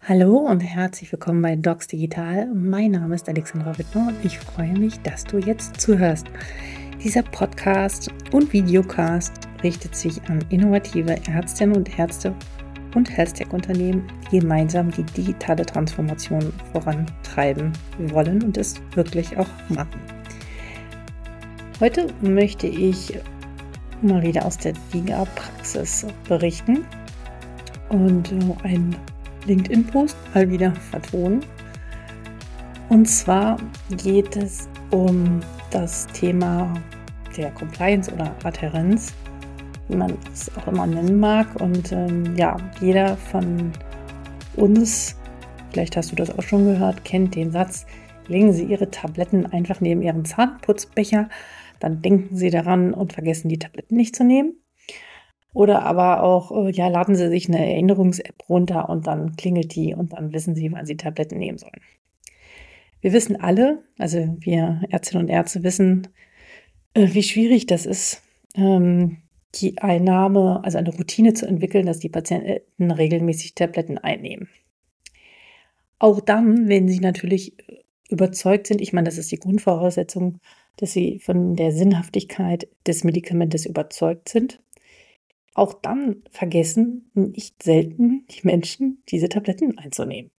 Hallo und herzlich willkommen bei Docs Digital. Mein Name ist Alexandra Wittmer und ich freue mich, dass du jetzt zuhörst. Dieser Podcast und Videocast richtet sich an innovative Ärztinnen und Ärzte und Health-Tech-Unternehmen, die gemeinsam die digitale Transformation vorantreiben wollen und es wirklich auch machen. Heute möchte ich mal wieder aus der DIGA-Praxis berichten und ein LinkedIn-Post mal wieder vertonen. Und zwar geht es um das Thema der Compliance oder Adhärenz, wie man es auch immer nennen mag. Und jeder von uns, vielleicht hast du das auch schon gehört, kennt den Satz: Legen Sie Ihre Tabletten einfach neben Ihren Zahnputzbecher, dann denken Sie daran und vergessen die Tabletten nicht zu nehmen. Oder aber auch, laden Sie sich eine Erinnerungs-App runter und dann klingelt die und dann wissen Sie, wann Sie Tabletten nehmen sollen. Wir wissen alle, also wir Ärztinnen und Ärzte wissen, wie schwierig das ist, die Einnahme, also eine Routine zu entwickeln, dass die Patienten regelmäßig Tabletten einnehmen. Auch dann, wenn sie natürlich überzeugt sind, ich meine, das ist die Grundvoraussetzung, dass sie von der Sinnhaftigkeit des Medikamentes überzeugt sind. Auch dann vergessen nicht selten die Menschen, diese Tabletten einzunehmen.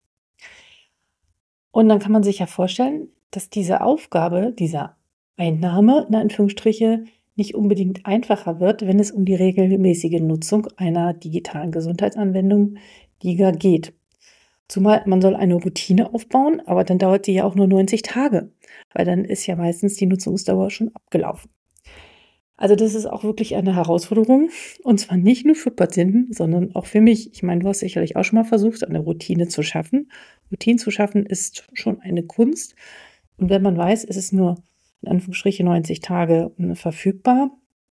Und dann kann man sich ja vorstellen, dass diese Aufgabe dieser Einnahme, in Anführungsstriche, nicht unbedingt einfacher wird, wenn es um die regelmäßige Nutzung einer digitalen Gesundheitsanwendung DIGA geht. Zumal man soll eine Routine aufbauen, aber dann dauert die ja auch nur 90 Tage, weil dann ist ja meistens die Nutzungsdauer schon abgelaufen. Also das ist auch wirklich eine Herausforderung, und zwar nicht nur für Patienten, sondern auch für mich. Ich meine, du hast sicherlich auch schon mal versucht, eine Routine zu schaffen. Routinen zu schaffen ist schon eine Kunst. Und wenn man weiß, es ist nur in Anführungsstrichen 90 Tage verfügbar,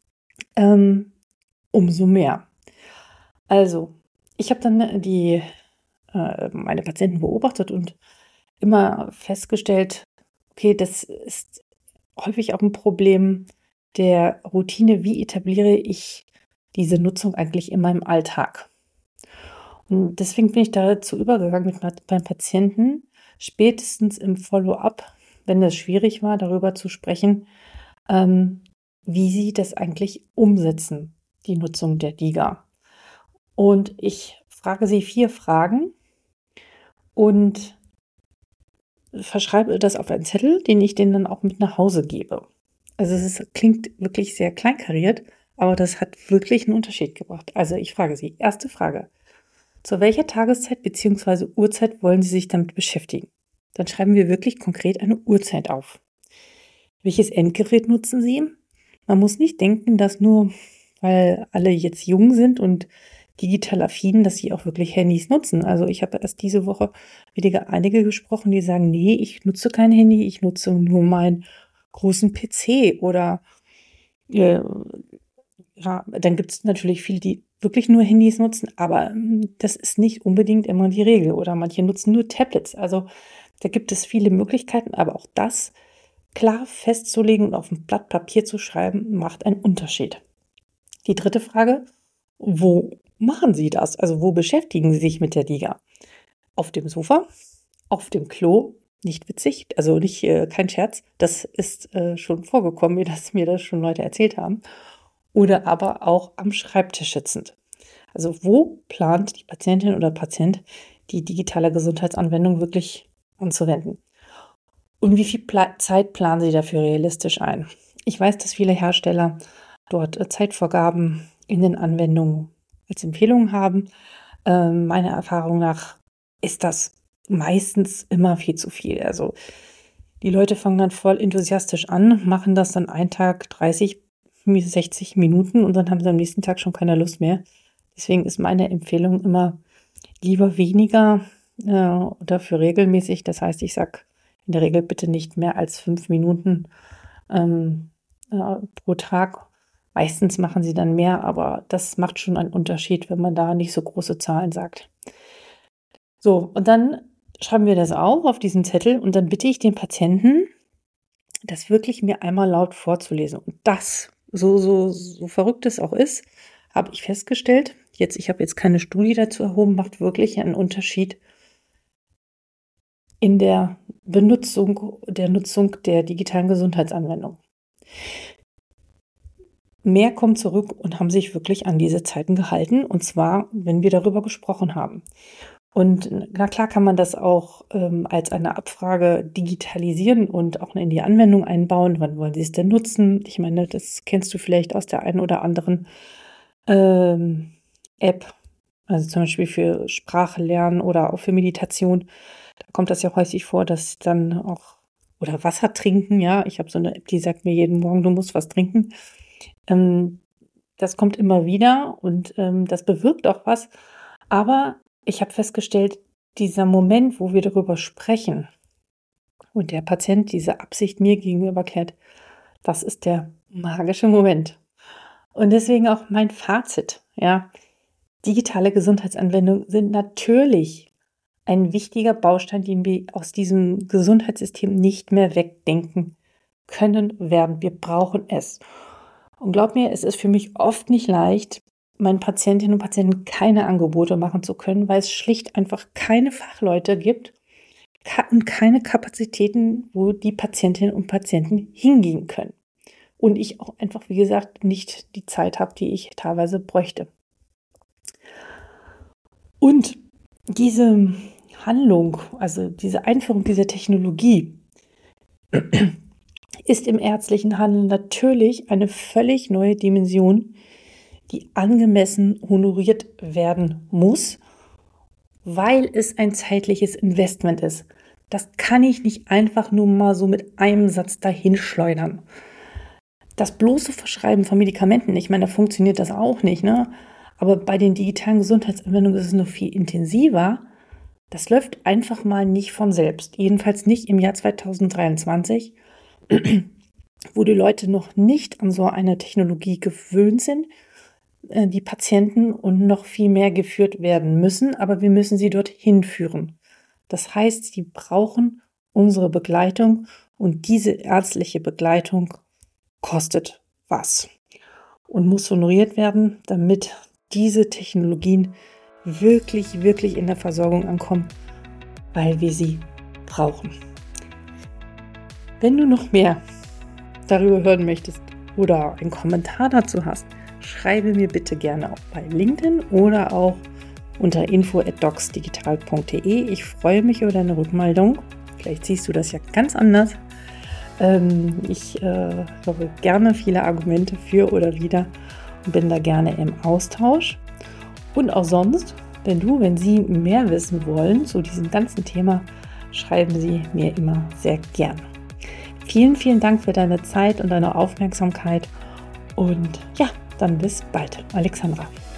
umso mehr. Also, ich habe dann meine Patienten beobachtet und immer festgestellt, okay, das ist häufig auch ein Problem der Routine. Wie etabliere ich diese Nutzung eigentlich in meinem Alltag? Und deswegen bin ich dazu übergegangen, beim Patienten spätestens im Follow-up, wenn das schwierig war, darüber zu sprechen, wie sie das eigentlich umsetzen, die Nutzung der DIGA. Und ich frage sie 4 Fragen und verschreibe das auf einen Zettel, den ich denen dann auch mit nach Hause gebe. Also es klingt wirklich sehr kleinkariert, aber das hat wirklich einen Unterschied gebracht. Also ich frage Sie, erste Frage: Zu welcher Tageszeit bzw. Uhrzeit wollen Sie sich damit beschäftigen? Dann schreiben wir wirklich konkret eine Uhrzeit auf. Welches Endgerät nutzen Sie? Man muss nicht denken, dass nur weil alle jetzt jung sind und digital affin, dass sie auch wirklich Handys nutzen. Also ich habe erst diese Woche wieder einige gesprochen, die sagen, nee, ich nutze kein Handy, ich nutze nur meinen großen PC. Oder dann gibt es natürlich viele, die wirklich nur Handys nutzen, aber das ist nicht unbedingt immer die Regel. Oder manche nutzen nur Tablets. Also da gibt es viele Möglichkeiten, aber auch das klar festzulegen und auf ein Blatt Papier zu schreiben, macht einen Unterschied. Die dritte Frage: Wo machen Sie das? Also wo beschäftigen Sie sich mit der DIGA? Auf dem Sofa? Auf dem Klo? Nicht witzig, also nicht, kein Scherz. Das ist schon vorgekommen, dass mir das schon Leute erzählt haben. Oder aber auch am Schreibtisch sitzend. Also wo plant die Patientin oder Patient, die digitale Gesundheitsanwendung wirklich anzuwenden? Und wie viel Zeit planen Sie dafür realistisch ein? Ich weiß, dass viele Hersteller dort Zeitvorgaben in den Anwendungen als Empfehlung haben. Meiner Erfahrung nach ist das meistens immer viel zu viel. Also die Leute fangen dann voll enthusiastisch an, machen das dann einen Tag 30 bis 60 Minuten und dann haben sie am nächsten Tag schon keine Lust mehr. Deswegen ist meine Empfehlung immer lieber weniger dafür regelmäßig. Das heißt, ich sage in der Regel bitte nicht mehr als 5 Minuten pro Tag. Meistens machen sie dann mehr, aber das macht schon einen Unterschied, wenn man da nicht so große Zahlen sagt. So, und dann schreiben wir das auf diesen Zettel und dann bitte ich den Patienten, das wirklich mir einmal laut vorzulesen. Und das, so verrückt es auch ist, habe ich festgestellt, ich habe jetzt keine Studie dazu erhoben, macht wirklich einen Unterschied in der Nutzung der digitalen Gesundheitsanwendung. Mehr kommen zurück und haben sich wirklich an diese Zeiten gehalten, und zwar, wenn wir darüber gesprochen haben. Und na klar kann man das auch als eine Abfrage digitalisieren und auch in die Anwendung einbauen. Wann wollen Sie es denn nutzen? Ich meine, das kennst du vielleicht aus der einen oder anderen App, also zum Beispiel für Sprache lernen oder auch für Meditation. Da kommt das ja häufig vor, dass dann auch, oder Wasser trinken, ja. Ich habe so eine App, die sagt mir jeden Morgen, du musst was trinken. Das kommt immer wieder und das bewirkt auch was. Aber ich habe festgestellt, dieser Moment, wo wir darüber sprechen und der Patient diese Absicht mir gegenüber klärt, das ist der magische Moment. Und deswegen auch mein Fazit, ja. Digitale Gesundheitsanwendungen sind natürlich ein wichtiger Baustein, den wir aus diesem Gesundheitssystem nicht mehr wegdenken können werden. Wir brauchen es. Und glaub mir, es ist für mich oft nicht leicht, meinen Patientinnen und Patienten keine Angebote machen zu können, weil es schlicht einfach keine Fachleute gibt und keine Kapazitäten, wo die Patientinnen und Patienten hingehen können. Und ich auch einfach, wie gesagt, nicht die Zeit habe, die ich teilweise bräuchte. Und diese Handlung, also diese Einführung dieser Technologie, ist im ärztlichen Handeln natürlich eine völlig neue Dimension, die angemessen honoriert werden muss, weil es ein zeitliches Investment ist. Das kann ich nicht einfach nur mal so mit einem Satz dahinschleudern. Das bloße Verschreiben von Medikamenten, ich meine, da funktioniert das auch nicht, ne? Aber bei den digitalen Gesundheitsanwendungen ist es noch viel intensiver. Das läuft einfach mal nicht von selbst. Jedenfalls nicht im Jahr 2023, wo die Leute noch nicht an so eine Technologie gewöhnt sind, die Patienten, und noch viel mehr geführt werden müssen, aber wir müssen sie dorthin führen. Das heißt, sie brauchen unsere Begleitung, und diese ärztliche Begleitung kostet was und muss honoriert werden, damit diese Technologien wirklich, wirklich in der Versorgung ankommen, weil wir sie brauchen. Wenn du noch mehr darüber hören möchtest oder einen Kommentar dazu hast, schreibe mir bitte gerne auch bei LinkedIn oder auch unter info@docsdigital.de. Ich freue mich über deine Rückmeldung. Vielleicht siehst du das ja ganz anders. Ich höre gerne viele Argumente für oder wider und bin da gerne im Austausch. Und auch sonst, wenn Sie mehr wissen wollen zu diesem ganzen Thema, schreiben Sie mir immer sehr gern. Vielen, vielen Dank für deine Zeit und deine Aufmerksamkeit. Und ja, dann bis bald. Alexandra.